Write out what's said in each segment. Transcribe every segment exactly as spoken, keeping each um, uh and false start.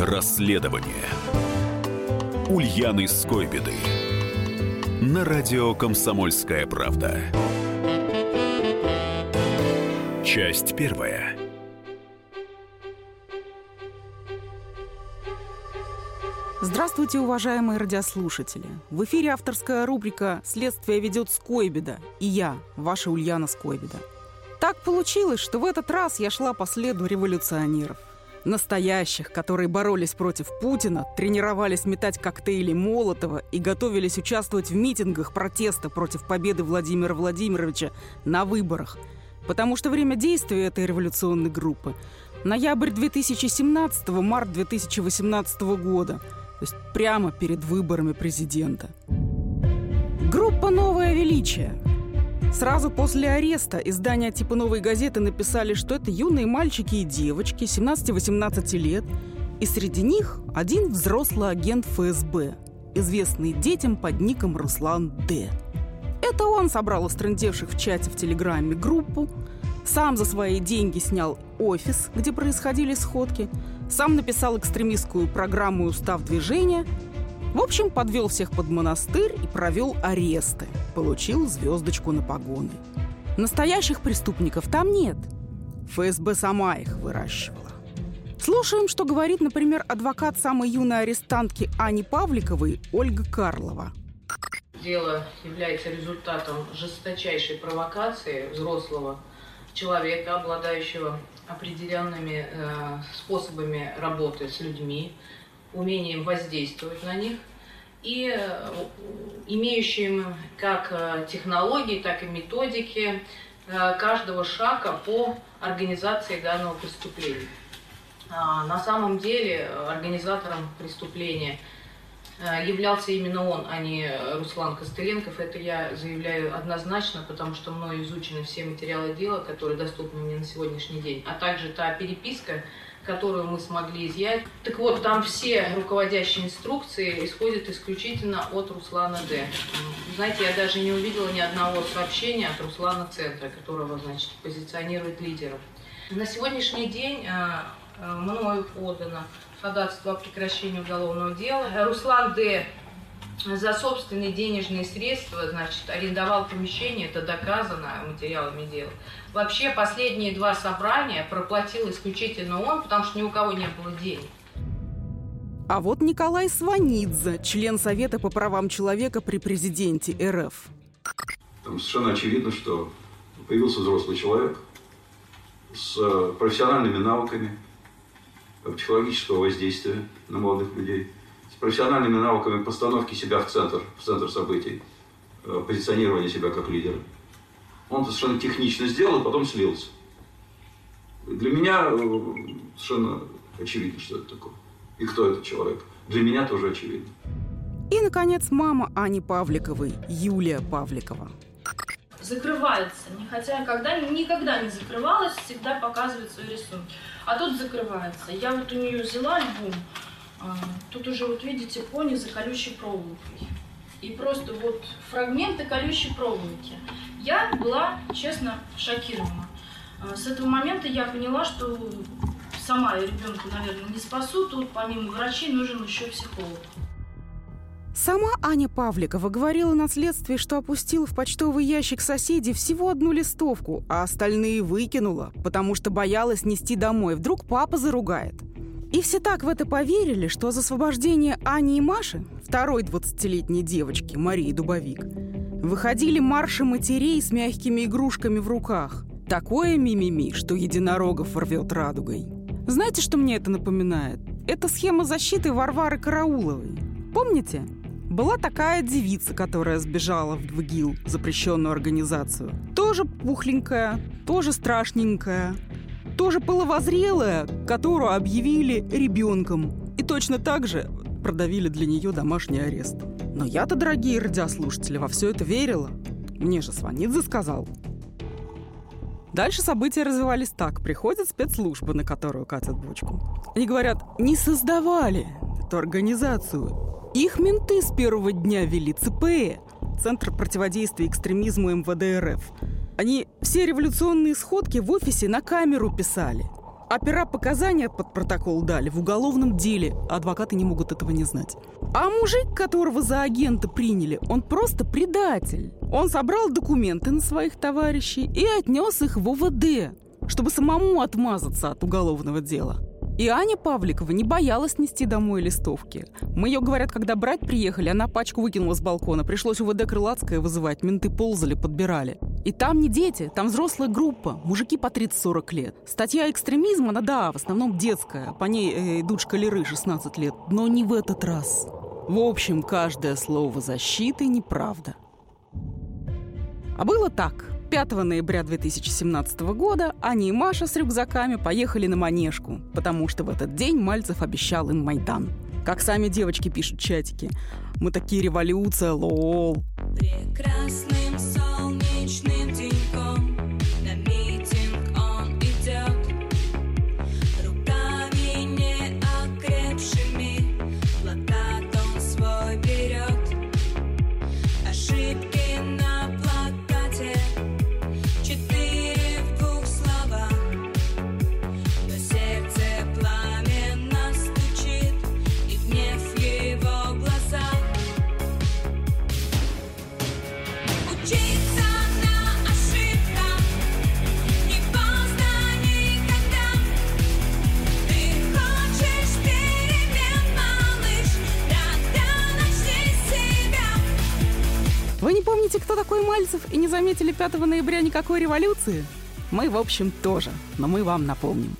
Расследование Ульяны Скойбеды на радио «Комсомольская правда». Часть первая. Здравствуйте, уважаемые радиослушатели. В эфире авторская рубрика «Следствие ведет Скойбеда» и я, ваша Ульяна Скойбеда. Так получилось, что в этот раз я шла по следу революционеров. Настоящих, которые боролись против Путина, тренировались метать коктейли Молотова и готовились участвовать в митингах протеста против победы Владимира Владимировича на выборах. Потому что время действия этой революционной группы – ноябрь две тысячи семнадцатого, март две тысячи восемнадцатого года. То есть прямо перед выборами президента. Группа «Новое величие». Сразу после ареста издания типа «Новой газеты» написали, что это юные мальчики и девочки семнадцати-восемнадцати лет, и среди них один взрослый агент эф эс бэ, известный детям под ником Руслан Д. Это он собрал устрандевших в чате в Телеграме группу, сам за свои деньги снял офис, где происходили сходки, сам написал экстремистскую программу и устав движения. В общем, подвел всех под монастырь и провел аресты. Получил звездочку на погоны. Настоящих преступников там нет. эф эс бэ сама их выращивала. Слушаем, что говорит, например, адвокат самой юной арестантки Ани Павликовой Ольга Карлова. Дело является результатом жесточайшей провокации взрослого человека, обладающего определенными э, способами работы с людьми, умением воздействовать на них и э, имеющим как э, технологии, так и методики э, каждого шага по организации данного преступления. А, на самом деле организатором преступления являлся именно он, а не Руслан Костыленков. Это я заявляю однозначно, потому что мною изучены все материалы дела, которые доступны мне на сегодняшний день, а также та переписка, которую мы смогли изъять. Так вот, там все руководящие инструкции исходят исключительно от Руслана Д. Знаете, я даже не увидела ни одного сообщения от Руслана Центра, которого, значит, позиционирует лидером. На сегодняшний день мною подано ходатайство о прекращении уголовного дела. Руслан Д. за собственные денежные средства, значит, арендовал помещение, это доказано материалами дела. Вообще, последние два собрания проплатил исключительно он, потому что ни у кого не было денег. А вот Николай Сванидзе, член Совета по правам человека при президенте эр эф. Там совершенно очевидно, что появился взрослый человек с профессиональными навыками психологического воздействия на молодых людей, с профессиональными навыками постановки себя в центр, в центр событий, позиционирования себя как лидера. Он совершенно технично сделал, и потом слился. Для меня совершенно очевидно, что это такое. И кто этот человек. Для меня тоже очевидно. И, наконец, мама Ани Павликовой, Юлия Павликова. Закрывается, хотя когда, никогда не закрывалась, всегда показывает свои рисунки. А тут закрывается. Я вот у нее взяла альбом, а, тут уже, вот видите, пони за колючей проволокой. И просто вот фрагменты колючей проволоки. Я была, честно, шокирована. А, с этого момента я поняла, что сама я ребенка, наверное, не спасу. Тут помимо врачей нужен еще психолог. Сама Аня Павликова говорила на следствии, что опустила в почтовый ящик соседей всего одну листовку, а остальные выкинула, потому что боялась нести домой. Вдруг папа заругает. И все так в это поверили, что за освобождение Ани и Маши, второй двадцатилетней девочки, Марии Дубовик, выходили марши матерей с мягкими игрушками в руках. Такое мимими, что единорогов рвет радугой. Знаете, что мне это напоминает? Это схема защиты Варвары Карауловой. Помните? Была такая девица, которая сбежала в ИГИЛ, запрещенную организацию. Тоже пухленькая, тоже страшненькая, тоже половозрелая, которую объявили ребенком. И точно так же продавили для нее домашний арест. Но я-то, дорогие радиослушатели, во все это верила. Мне же Сванидзе сказал. Дальше события развивались так. Приходят спецслужбы, на которую катят бочку. Они говорят, не создавали эту организацию. Их менты с первого дня вели цэ пэ э, Центр противодействия экстремизму эм вэ дэ эр эф. Они все революционные сходки в офисе на камеру писали. Опера показания под протокол дали в уголовном деле, а адвокаты не могут этого не знать. А мужик, которого за агента приняли, он просто предатель. Он собрал документы на своих товарищей и отнес их в ОВД, чтобы самому отмазаться от уголовного дела. И Аня Павликова не боялась нести домой листовки. Мы ее, говорят, когда брать приехали, она пачку выкинула с балкона. Пришлось УВД Крылатское вызывать, менты ползали, подбирали. И там не дети, там взрослая группа, мужики по тридцать-сорок лет. Статья экстремизма, она, да, в основном детская, по ней э, идут школяры шестнадцать лет, но не в этот раз. В общем, каждое слово защиты неправда. А было так. пятого ноября две тысячи семнадцатого года Аня и Маша с рюкзаками поехали на Манежку, потому что в этот день Мальцев обещал им Майдан. Как сами девочки пишут в чатике: «Мы такие революция, лол». Прекрасным солнечным деньком на митинг он идет, руками не окрепшими плакат он свой берет. Ошибки на плакате четыре в двух словах, но сердце пламенно стучит и гнев в его глазах. Учиться на ошибках не поздно никогда. Ты хочешь перемен, малыш, тогда начни с себя. Вы не помните, кто такой Мальцев, и не заметили пятого ноября никакой революции? Мы, в общем, тоже, но мы вам напомним.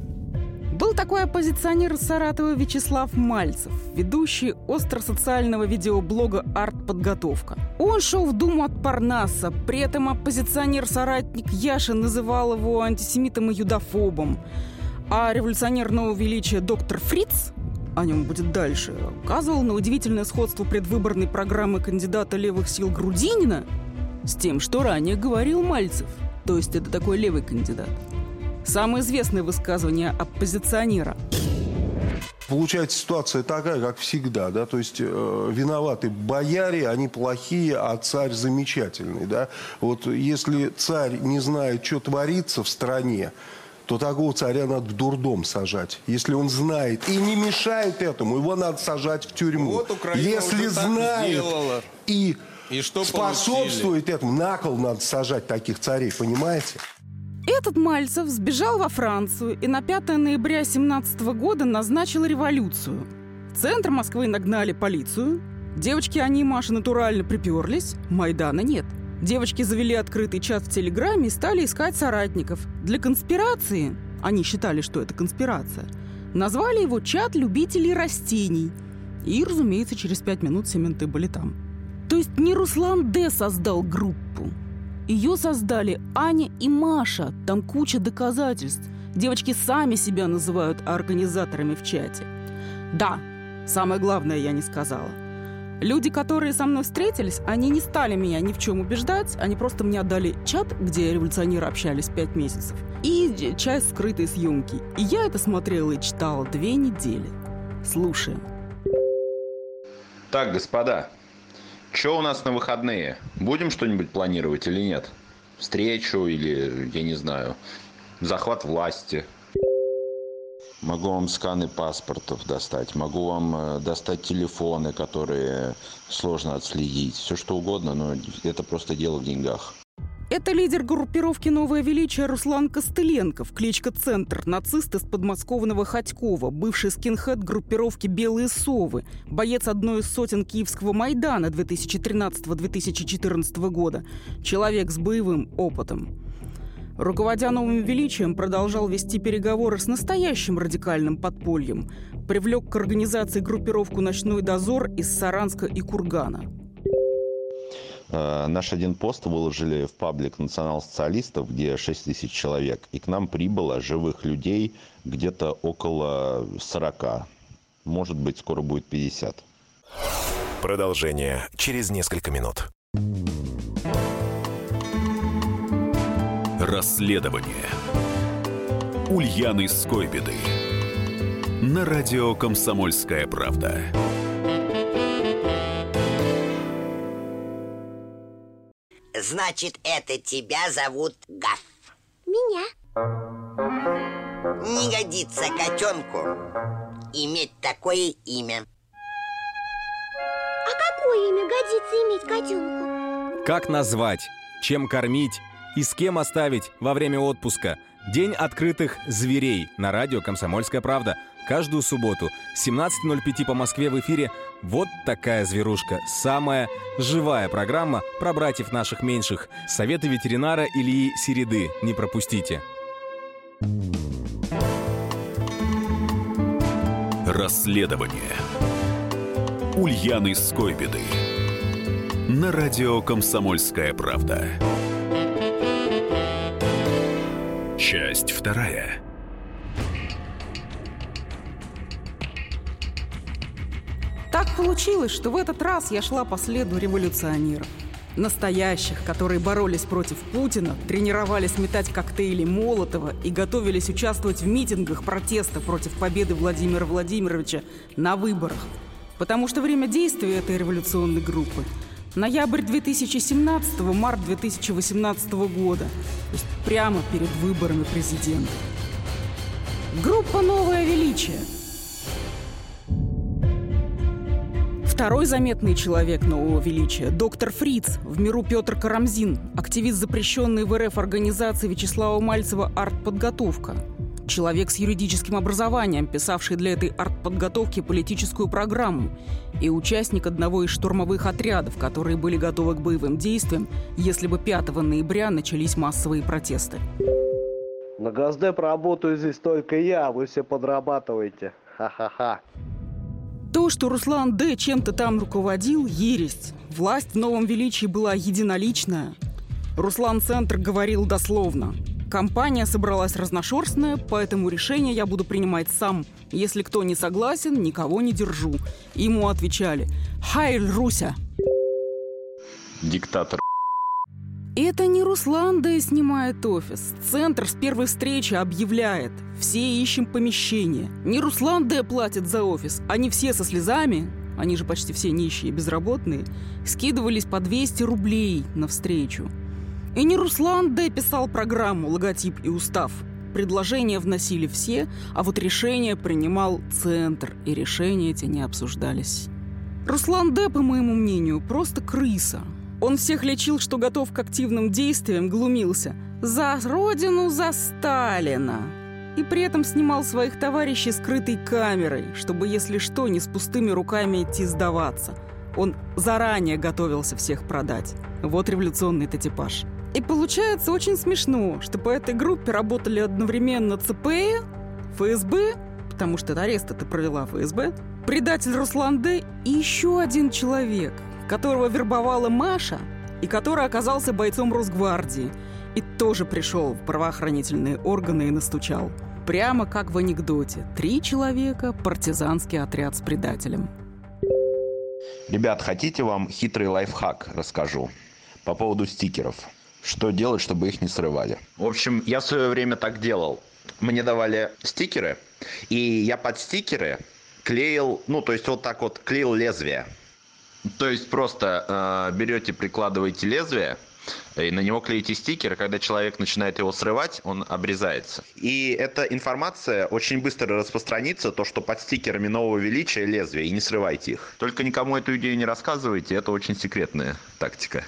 Был такой оппозиционер из Саратова Вячеслав Мальцев, ведущий остросоциального видеоблога «Артподготовка». Он шел в Думу от Парнаса, при этом оппозиционер-соратник Яша называл его антисемитом и юдофобом. А революционер нового величия доктор Фриц, о нем будет дальше, указывал на удивительное сходство предвыборной программы кандидата левых сил Грудинина с тем, что ранее говорил Мальцев. То есть это такой левый кандидат. Самое известное высказывание оппозиционера. Получается ситуация такая, как всегда, да, то есть э, виноваты бояре, они плохие, а царь замечательный, да. Вот если царь не знает, что творится в стране, то такого царя надо в дурдом сажать. Если он знает и не мешает этому, его надо сажать в тюрьму. Вот Украина Если уже так знает сделала. и, И что способствует этому, на кол надо сажать таких царей, понимаете? Этот Мальцев сбежал во Францию и на пятого ноября две тысячи семнадцатого года назначил революцию. В центр Москвы нагнали полицию. Девочки Ани и Маши натурально приперлись. Майдана нет. Девочки завели открытый чат в Телеграме и стали искать соратников. Для конспирации, они считали, что это конспирация, назвали его «Чат любителей растений». И, разумеется, через пять минут все менты были там. То есть не Руслан Д. создал группу. Ее создали Аня и Маша. Там куча доказательств. Девочки сами себя называют организаторами в чате. Да, самое главное я не сказала. Люди, которые со мной встретились, они не стали меня ни в чем убеждать. Они просто мне отдали чат, где революционеры общались пять месяцев, и часть скрытой съемки. И я это смотрела и читала две недели. Слушаем. Так, господа, что у нас на выходные? Будем что-нибудь планировать или нет? Встречу или, я не знаю, захват власти? Могу вам сканы паспортов достать, могу вам э, достать телефоны, которые сложно отследить. Все что угодно, но это просто дело в деньгах. Это лидер группировки «Новое величие» Руслан Костыленков, кличка «Центр», нацист из подмосковного Ходькова, бывший скинхед группировки «Белые совы», боец одной из сотен Киевского Майдана две тысячи тринадцатого — две тысячи четырнадцатого года, человек с боевым опытом. Руководя «Новым величием», продолжал вести переговоры с настоящим радикальным подпольем, привлек к организации группировку «Ночной дозор» из Саранска и Кургана. Наш один пост выложили в паблик национал-социалистов, где шесть тысяч человек, и к нам прибыло живых людей где-то около сорока. Может быть, скоро будет пятьдесят. Продолжение через несколько минут. Расследование Ульяны Скойбеды на радио «Комсомольская правда». Значит, это тебя зовут Гаф? Меня. Не годится котенку иметь такое имя. А какое имя годится иметь котенку? Как назвать, чем кормить и с кем оставить во время отпуска? День открытых зверей на радио «Комсомольская правда». Каждую субботу с семнадцати ноль пять по Москве в эфире «Вот такая зверушка». Самая живая программа про братьев наших меньших. Советы ветеринара Ильи Середы. Не пропустите. Расследование Ульяны Скойбеды на радио «Комсомольская правда». Часть вторая. Так получилось, что в этот раз я шла по следу революционеров. Настоящих, которые боролись против Путина, тренировались метать коктейли Молотова и готовились участвовать в митингах протеста против победы Владимира Владимировича на выборах. Потому что время действия этой революционной группы – ноябрь две тысячи семнадцатого, март две тысячи восемнадцатого года, то есть прямо перед выборами президента. Группа «Новое величие». Второй заметный человек нового величия – доктор Фриц, в миру Петр Карамзин, активист запрещенной в РФ организации Вячеслава Мальцева «Артподготовка». Человек с юридическим образованием, писавший для этой артподготовки политическую программу, и участник одного из штурмовых отрядов, которые были готовы к боевым действиям, если бы пятого ноября начались массовые протесты. На Госдеп работаю здесь только я, вы все подрабатываете. Ха-ха-ха. То, что Руслан Д. чем-то там руководил, ересь. Власть в новом величии была единоличная. Руслан-центр говорил дословно: компания собралась разношерстная, поэтому решение я буду принимать сам. Если кто не согласен, никого не держу. Ему отвечали: «Хайль, Руся!» Диктатор. Это не Руслан Д. снимает офис. Центр с первой встречи объявляет: все ищем помещение. Не Руслан Д. платит за офис. Они все со слезами, они же почти все нищие и безработные, скидывались по двести рублей на встречу. И не Руслан Д. писал программу, логотип и устав. Предложения вносили все, а вот решение принимал Центр, и решения эти не обсуждались. Руслан Д., по моему мнению, просто крыса. Он всех лечил, что готов к активным действиям, глумился: «За Родину, за Сталина!» И при этом снимал своих товарищей скрытой камерой, чтобы, если что, не с пустыми руками идти сдаваться. Он заранее готовился всех продать. Вот революционный-то типаж. И получается очень смешно, что по этой группе работали одновременно ЦП, ФСБ, потому что арест это провела ФСБ, предатель Руслан Д. и еще один человек, которого вербовала Маша и который оказался бойцом Росгвардии и тоже пришел в правоохранительные органы и настучал. Прямо как в анекдоте. Три человека, партизанский отряд с предателем. Ребят, хотите, вам хитрый лайфхак расскажу по поводу стикеров? Что делать, чтобы их не срывали? В общем, я в свое время так делал. Мне давали стикеры, и я под стикеры клеил, ну, то есть вот так вот клеил лезвие. То есть просто э, берете, прикладываете лезвие, и на него клеите стикер, и когда человек начинает его срывать, он обрезается. И эта информация очень быстро распространится, то, что под стикерами нового величия лезвия, и не срывайте их. Только никому эту идею не рассказывайте, это очень секретная тактика.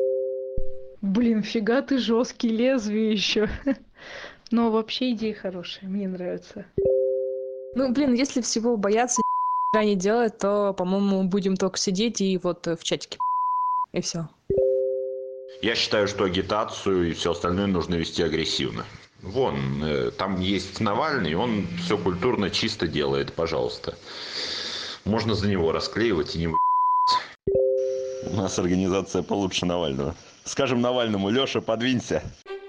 Блин, фига ты жесткий, лезвие еще. Но вообще идея хорошая, мне нравится. Ну, блин, если всего бояться и не делать, то, по-моему, будем только сидеть и вот в чатике и все. Я считаю, что агитацию и все остальное нужно вести агрессивно. Вон, э, там есть Навальный, он все культурно чисто делает, пожалуйста. Можно за него расклеивать и не У нас организация получше Навального. Скажем Навальному: Леша, подвинься.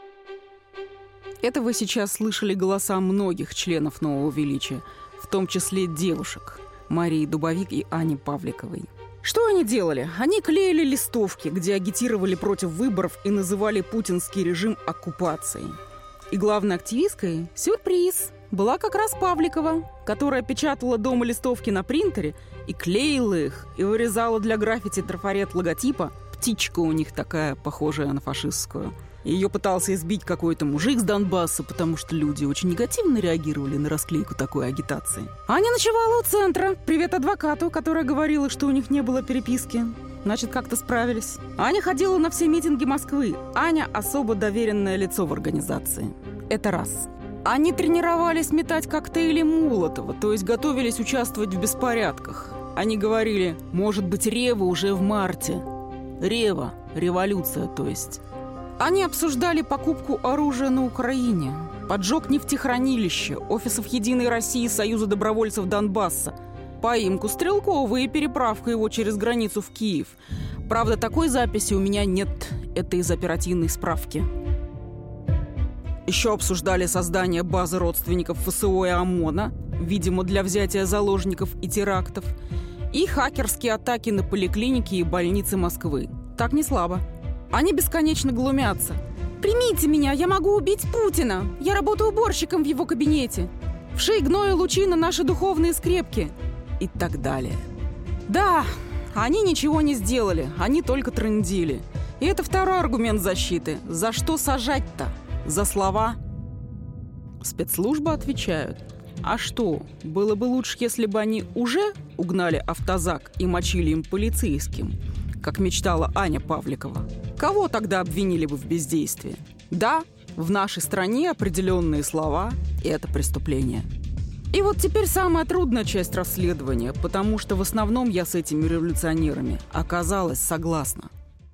Это вы сейчас слышали голоса многих членов Нового Величия, в том числе девушек Марии Дубовик и Ани Павликовой. Что они делали? Они клеили листовки, где агитировали против выборов и называли путинский режим оккупацией. И главной активисткой, сюрприз, была как раз Павликова, которая печатала дома листовки на принтере и клеила их, и вырезала для граффити трафарет логотипа, птичка у них такая, похожая на фашистскую, Ее пытался избить какой-то мужик с Донбасса, потому что люди очень негативно реагировали на расклейку такой агитации. Аня ночевала у центра. Привет адвокату, которая говорила, что у них не было переписки. Значит, как-то справились. Аня ходила на все митинги Москвы. Аня особо доверенное лицо в организации. Это раз. Они тренировались метать коктейли Молотова, то есть готовились участвовать в беспорядках. Они говорили, может быть, Рева уже в марте. Рева, революция, то есть. Они обсуждали покупку оружия на Украине, поджог нефтехранилища, офисов Единой России, Союза добровольцев Донбасса, поимку Стрелкова и переправку его через границу в Киев. Правда, такой записи у меня нет, это из оперативной справки. Еще обсуждали создание базы родственников ФСО и ОМОНа, видимо, для взятия заложников и терактов, и хакерские атаки на поликлиники и больницы Москвы. Так не слабо. Они бесконечно глумятся. «Примите меня, я могу убить Путина! Я работаю уборщиком в его кабинете! Вшей гною лучина наши духовные скрепки!» И так далее. Да, они ничего не сделали, они только трындили. И это второй аргумент защиты. За что сажать-то? За слова? Спецслужбы отвечают. А что, было бы лучше, если бы они уже угнали автозак и мочили им полицейским, как мечтала Аня Павликова? Кого тогда обвинили бы в бездействии? Да, в нашей стране определенные слова – это преступление. И вот теперь самая трудная часть расследования, потому что в основном я с этими революционерами оказалась согласна.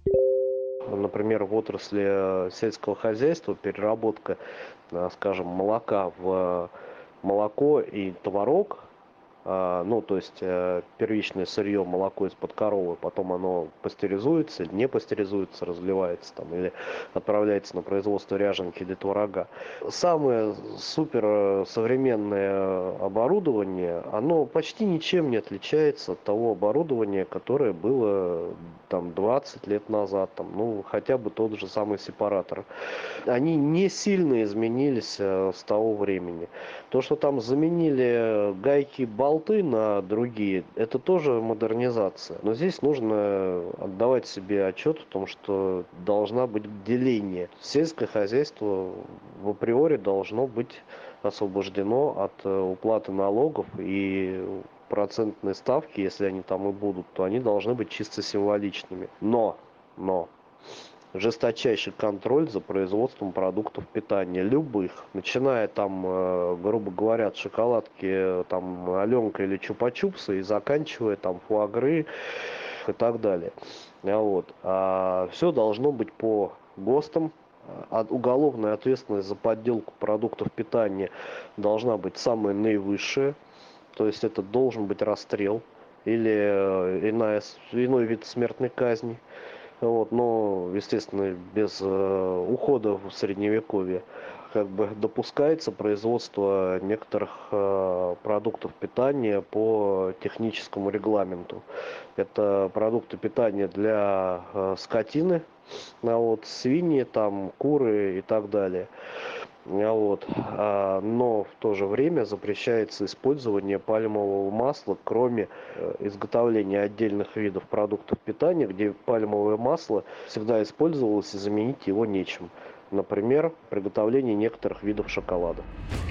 Например, в отрасли сельского хозяйства переработка, скажем, молока в молоко и творог, ну, то есть первичное сырье, молоко из-под коровы, потом оно пастеризуется или не пастеризуется, разливается там, или отправляется на производство ряженки или творога. Самое супер современное оборудование, оно почти ничем не отличается от того оборудования, которое было там двадцать лет назад, там, ну, хотя бы тот же самый сепаратор. Они не сильно изменились с того времени. То, что там заменили гайки, болты на другие, это тоже модернизация. Но здесь нужно отдавать себе отчет в том, что должна быть деление. Сельское хозяйство в априори должно быть освобождено от уплаты налогов, и процентные ставки, если они там и будут, то они должны быть чисто символичными. Но, но, жесточайший контроль за производством продуктов питания, любых, начиная там, грубо говоря, от шоколадки, там, Аленка или Чупа-Чупса и заканчивая там фуагры и так далее. Вот. А все должно быть по ГОСТам. Уголовная ответственность за подделку продуктов питания должна быть самая наивысшая. То есть это должен быть расстрел или иная, иной вид смертной казни. Вот, но, естественно, без э, ухода в средневековье как бы допускается производство некоторых э, продуктов питания по техническому регламенту. Это продукты питания для э, скотины, а вот свиньи, там, куры и так далее. Вот. Но в то же время запрещается использование пальмового масла, кроме изготовления отдельных видов продуктов питания, где пальмовое масло всегда использовалось и заменить его нечем. Например, приготовление некоторых видов шоколада.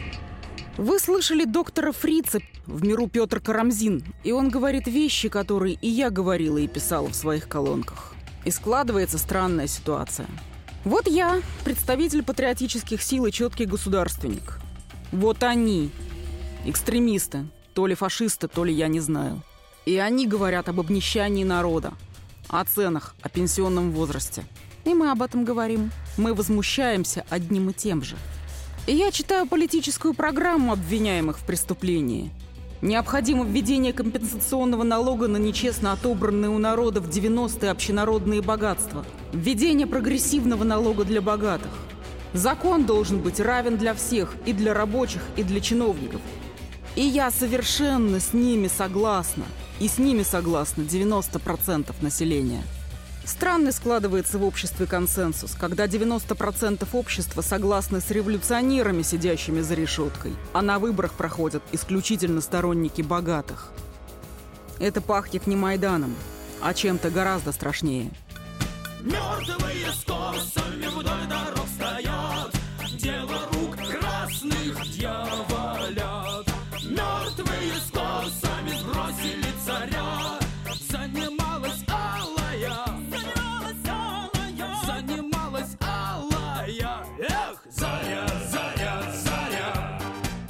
Вы слышали доктора Фрица в «Миру» Петр Карамзин, и он говорит вещи, которые и я говорила и писала в своих колонках. И складывается странная ситуация. Вот я, представитель патриотических сил и четкий государственник. Вот они, экстремисты, то ли фашисты, то ли я не знаю. И они говорят об обнищании народа, о ценах, о пенсионном возрасте. И мы об этом говорим. Мы возмущаемся одним и тем же. И я читаю политическую программу обвиняемых в преступлении. Необходимо введение компенсационного налога на нечестно отобранные у народа в девяностые общенародные богатства. Введение прогрессивного налога для богатых. Закон должен быть равен для всех, и для рабочих, и для чиновников. И я совершенно с ними согласна. И с ними согласны девяносто процентов населения. Странный складывается в обществе консенсус, когда девяносто процентов общества согласны с революционерами, сидящими за решеткой, а на выборах проходят исключительно сторонники богатых. Это пахнет не Майданом, а чем-то гораздо страшнее. Мертвые с косами вдоль дорог стоят, дело рук красных дьяволят. Мертвые с косами сбросили царя, занималась алая, занималась алая, занималась алая. Эх, заря, заря, заря,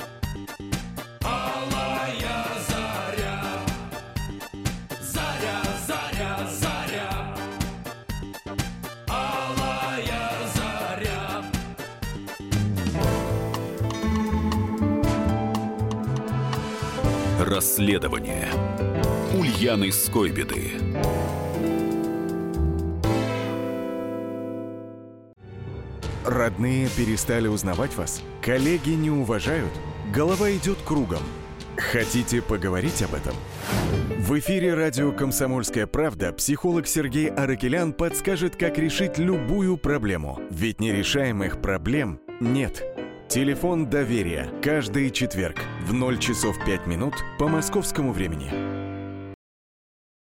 алая заря, заря, заря, заря, алая заря. Расследование Ульяны Скойбеды. Родные перестали узнавать вас? Коллеги не уважают? Голова идет кругом. Хотите поговорить об этом? В эфире радио «Комсомольская правда» психолог Сергей Аракелян подскажет, как решить любую проблему. Ведь нерешаемых проблем нет. Телефон доверия. Каждый четверг в ноль часов пять минут по московскому времени.